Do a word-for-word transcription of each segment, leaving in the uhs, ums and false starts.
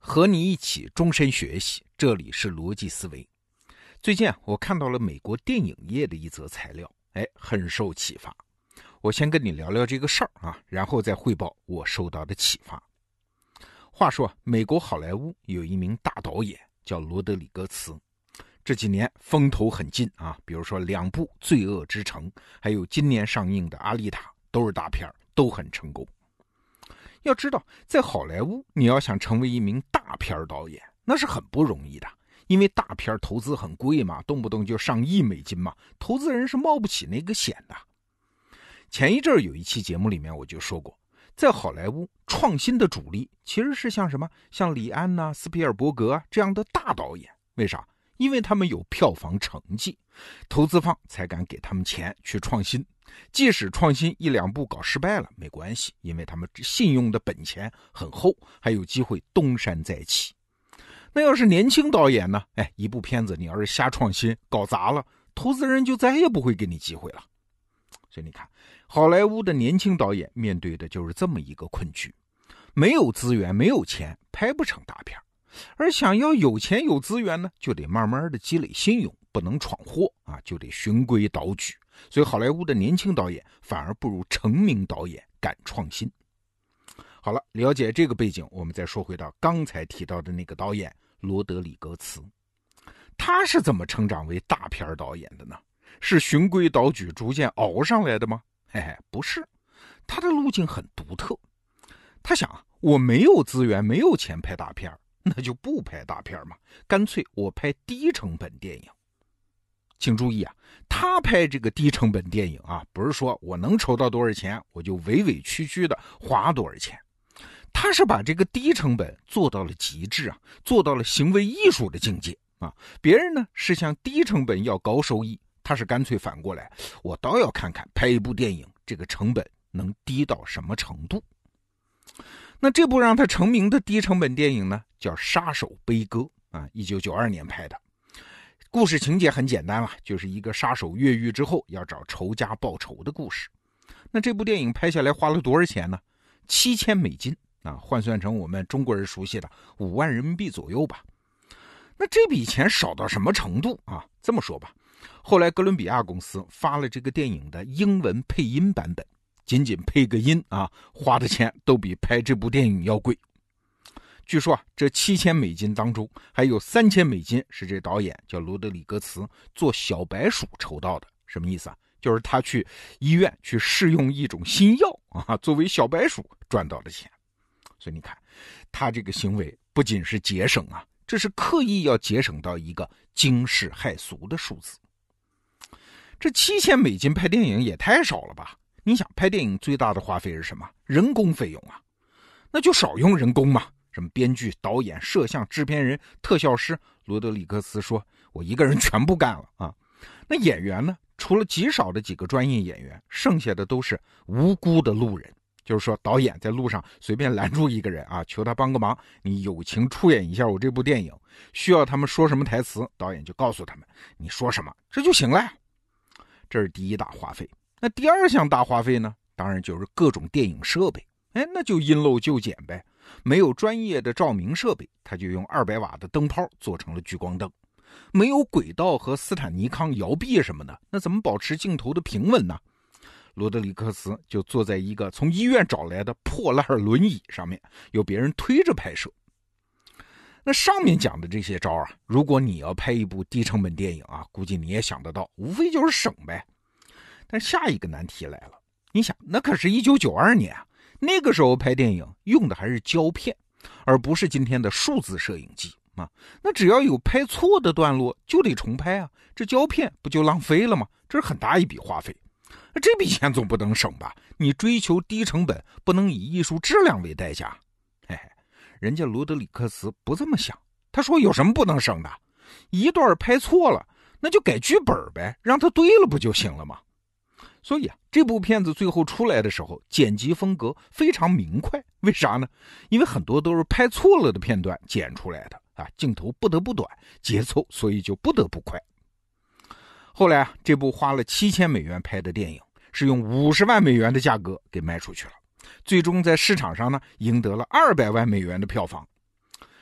和你一起终身学习，这里是逻辑思维。最近啊，我看到了美国电影业的一则材料，哎，很受启发。我先跟你聊聊这个事儿啊，然后再汇报我受到的启发。话说，美国好莱坞有一名大导演叫罗德里戈茨，这几年风头很劲啊，比如说两部《罪恶之城》，还有今年上映的《阿丽塔》，都是大片，都很成功。要知道，在好莱坞，你要想成为一名大片导演，那是很不容易的，因为大片投资很贵嘛，动不动就上亿美金嘛，投资人是冒不起那个险的。前一阵有一期节目里面我就说过，在好莱坞创新的主力其实是像什么，像李安呐、啊、斯皮尔伯格啊这样的大导演。为啥？因为他们有票房成绩，投资方才敢给他们钱去创新。即使创新一两部搞失败了没关系，因为他们信用的本钱很厚，还有机会东山再起。那要是年轻导演呢？哎，一部片子你要是瞎创新搞砸了，投资人就再也不会给你机会了。所以你看，好莱坞的年轻导演面对的就是这么一个困局，没有资源没有钱，拍不成大片。而想要有钱有资源呢，就得慢慢的积累信用，不能闯祸啊，就得循规蹈矩。所以好莱坞的年轻导演反而不如成名导演敢创新。好了，了解这个背景，我们再说回到刚才提到的那个导演罗德里戈茨，他是怎么成长为大片导演的呢？是循规蹈矩逐渐熬上来的吗？嘿嘿，不是，他的路径很独特。他想啊，我没有资源没有钱拍大片，那就不拍大片嘛，干脆我拍低成本电影。请注意啊，他拍这个低成本电影啊，不是说我能筹到多少钱我就委委屈屈的花多少钱，他是把这个低成本做到了极致啊，做到了行为艺术的境界啊。别人呢是向低成本要高收益，他是干脆反过来，我倒要看看拍一部电影这个成本能低到什么程度。那这部让他成名的低成本电影呢，叫《杀手悲歌》啊，一九九二年拍的。故事情节很简单了，就是一个杀手越狱之后要找仇家报仇的故事。那这部电影拍下来花了多少钱呢？七千美金啊，换算成我们中国人熟悉的五万人民币左右吧。那这笔钱少到什么程度啊？这么说吧，后来哥伦比亚公司发了这个电影的英文配音版本，仅仅配个音啊，花的钱都比拍这部电影要贵。据说啊，这七千美金当中还有三千美金是这导演叫罗德里戈茨做小白鼠筹到的。什么意思啊？就是他去医院去试用一种新药啊，作为小白鼠赚到的钱。所以你看，他这个行为不仅是节省啊，这是刻意要节省到一个惊世骇俗的数字。这七千美金拍电影也太少了吧？你想，拍电影最大的花费是什么？人工费用啊，那就少用人工嘛。什么编剧、导演、摄像、制片人、特效师，罗德里戈茨说我一个人全部干了啊。那演员呢，除了极少的几个专业演员，剩下的都是无辜的路人。就是说导演在路上随便拦住一个人啊，求他帮个忙，你友情出演一下我这部电影，需要他们说什么台词，导演就告诉他们你说什么，这就行了呀。这是第一大花费。那第二项大花费呢，当然就是各种电影设备。哎，那就因陋就简呗。没有专业的照明设备，他就用二百瓦的灯泡做成了聚光灯。没有轨道和斯坦尼康摇臂什么的，那怎么保持镜头的平稳呢？罗德里戈茨就坐在一个从医院找来的破烂轮椅上面，有别人推着拍摄。那上面讲的这些招啊，如果你要拍一部低成本电影啊，估计你也想得到，无非就是省呗。但下一个难题来了，你想，那可是一九九二年啊，那个时候拍电影用的还是胶片，而不是今天的数字摄影机啊。那只要有拍错的段落就得重拍啊，这胶片不就浪费了吗？这是很大一笔花费。这笔钱总不能省吧？你追求低成本，不能以艺术质量为代价。嘿嘿，人家罗德里戈茨不这么想，他说有什么不能省的？一段拍错了，那就改剧本呗，让它对了不就行了吗？所以啊，这部片子最后出来的时候，剪辑风格非常明快。为啥呢？因为很多都是拍错了的片段剪出来的啊，镜头不得不短，节奏所以就不得不快。后来啊，这部花了七千美元拍的电影，是用五十万美元的价格给卖出去了，最终在市场上呢，赢得了二百万美元的票房。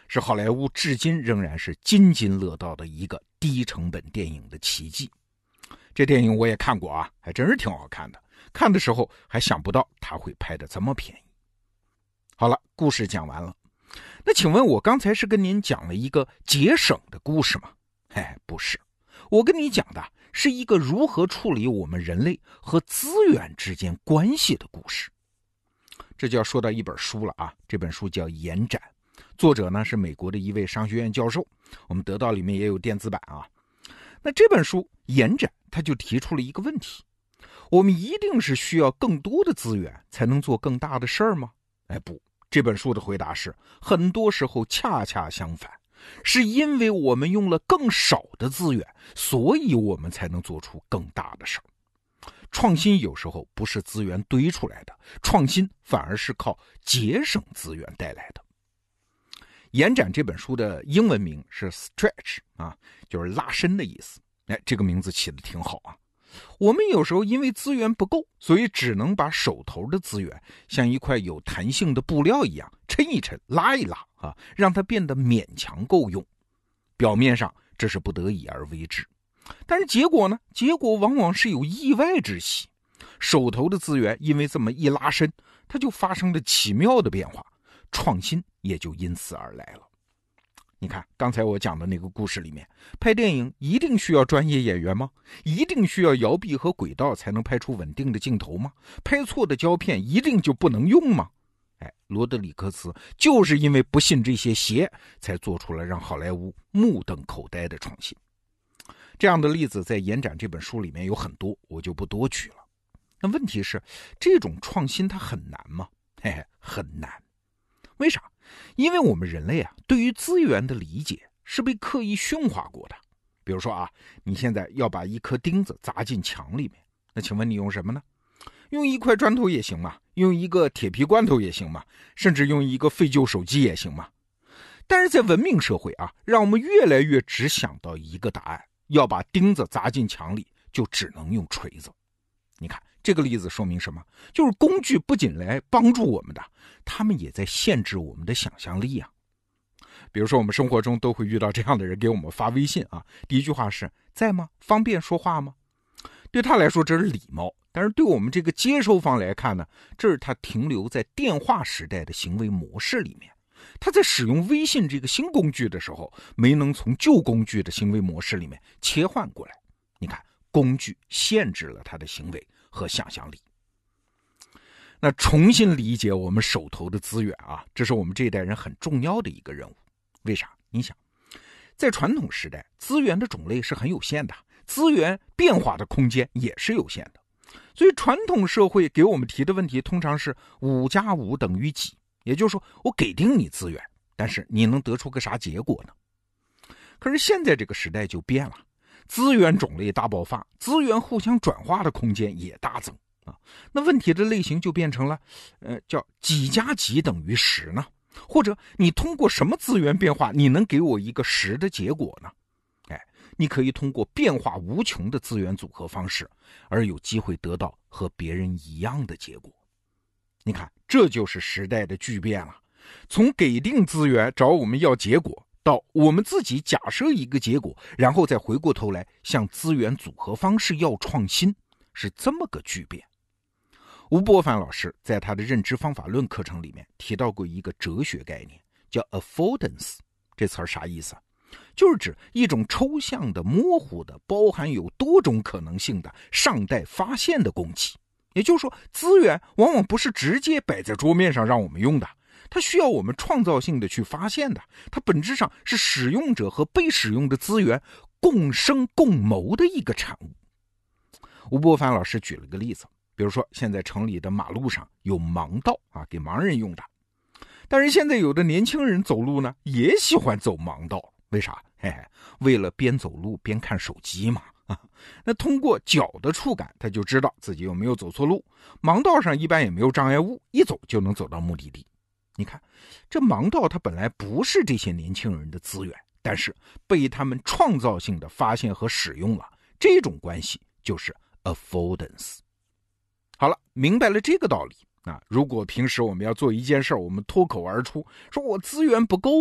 是好莱坞至今仍然是津津乐道的一个低成本电影的奇迹。这电影我也看过啊，还真是挺好看的，看的时候还想不到他会拍得这么便宜。好了，故事讲完了。那请问我刚才是跟您讲了一个节省的故事吗？嘿，不是，我跟你讲的是一个如何处理我们人类和资源之间关系的故事。这就要说到一本书了啊，这本书叫《延展》，作者呢是美国的一位商学院教授，我们得到里面也有电子版啊。那这本书《延展》他就提出了一个问题，我们一定是需要更多的资源才能做更大的事儿吗？哎，不，这本书的回答是，很多时候恰恰相反，是因为我们用了更少的资源，所以我们才能做出更大的事儿。创新有时候不是资源堆出来的，创新反而是靠节省资源带来的。延展这本书的英文名是 stretch 啊，就是拉伸的意思。哎，这个名字起得挺好啊。我们有时候因为资源不够，所以只能把手头的资源像一块有弹性的布料一样抻一抻拉一拉啊，让它变得勉强够用。表面上这是不得已而为之，但是结果呢？结果往往是有意外之喜。手头的资源因为这么一拉伸，它就发生了奇妙的变化，创新也就因此而来了。你看刚才我讲的那个故事里面，拍电影一定需要专业演员吗？一定需要摇臂和轨道才能拍出稳定的镜头吗？拍错的胶片一定就不能用吗？哎，罗德里克斯就是因为不信这些邪，才做出了让好莱坞目瞪口呆的创新。这样的例子在《延展》这本书里面有很多，我就不多举了。那问题是，这种创新它很难吗？嘿嘿，很难。为啥？因为我们人类啊，对于资源的理解是被刻意驯化过的。比如说啊，你现在要把一颗钉子砸进墙里面，那请问你用什么呢？用一块砖头也行嘛，用一个铁皮罐头也行嘛，甚至用一个废旧手机也行嘛。但是在文明社会啊，让我们越来越只想到一个答案，要把钉子砸进墙里，就只能用锤子。你看这个例子说明什么？就是工具不仅来帮助我们的，他们也在限制我们的想象力啊。比如说我们生活中都会遇到这样的人给我们发微信啊，第一句话是在吗？方便说话吗？对他来说这是礼貌，但是对我们这个接收方来看呢，这是他停留在电话时代的行为模式里面。他在使用微信这个新工具的时候，没能从旧工具的行为模式里面切换过来。你看，工具限制了他的行为和想象力。那重新理解我们手头的资源啊，这是我们这一代人很重要的一个任务。为啥？你想，在传统时代，资源的种类是很有限的，资源变化的空间也是有限的。所以传统社会给我们提的问题通常是五加五等于几，也就是说我给定你资源，但是你能得出个啥结果呢？可是现在这个时代就变了，资源种类大爆发，资源互相转化的空间也大增啊。那问题的类型就变成了呃，叫几加几等于十呢？或者你通过什么资源变化，你能给我一个十的结果呢？哎，你可以通过变化无穷的资源组合方式，而有机会得到和别人一样的结果。你看，这就是时代的巨变了。从给定资源找我们要结果，到我们自己假设一个结果，然后再回过头来向资源组合方式要创新，是这么个巨变。吴伯凡老师在他的认知方法论课程里面提到过一个哲学概念，叫 affordance。 这词儿啥意思啊？就是指一种抽象的、模糊的、包含有多种可能性的、尚待发现的供给。也就是说，资源往往不是直接摆在桌面上让我们用的，它需要我们创造性的去发现的。它本质上是使用者和被使用的资源共生共谋的一个产物。吴伯凡老师举了个例子，比如说现在城里的马路上有盲道啊，给盲人用的。但是现在有的年轻人走路呢，也喜欢走盲道，为啥？嘿嘿，为了边走路边看手机嘛。啊，那通过脚的触感，他就知道自己有没有走错路。盲道上一般也没有障碍物，一走就能走到目的地。你看，这盲道它本来不是这些年轻人的资源，但是被他们创造性的发现和使用了，这种关系就是 affordance。 好了，明白了这个道理啊，如果平时我们要做一件事，我们脱口而出说我资源不够啊，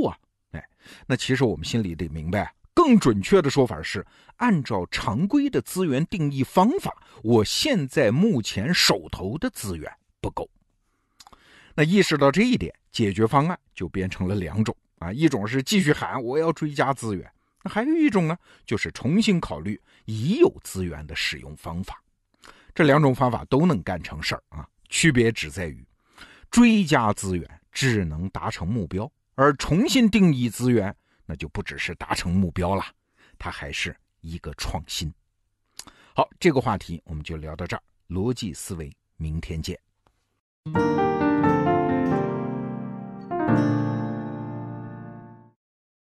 哎，那其实我们心里得明白，更准确的说法是，按照常规的资源定义方法，我现在目前手头的资源不够。那意识到这一点，解决方案就变成了两种啊，一种是继续喊我要追加资源，那还有一种呢，就是重新考虑已有资源的使用方法。这两种方法都能干成事儿啊，区别只在于追加资源只能达成目标，而重新定义资源那就不只是达成目标了，它还是一个创新。好，这个话题我们就聊到这儿，逻辑思维，明天见。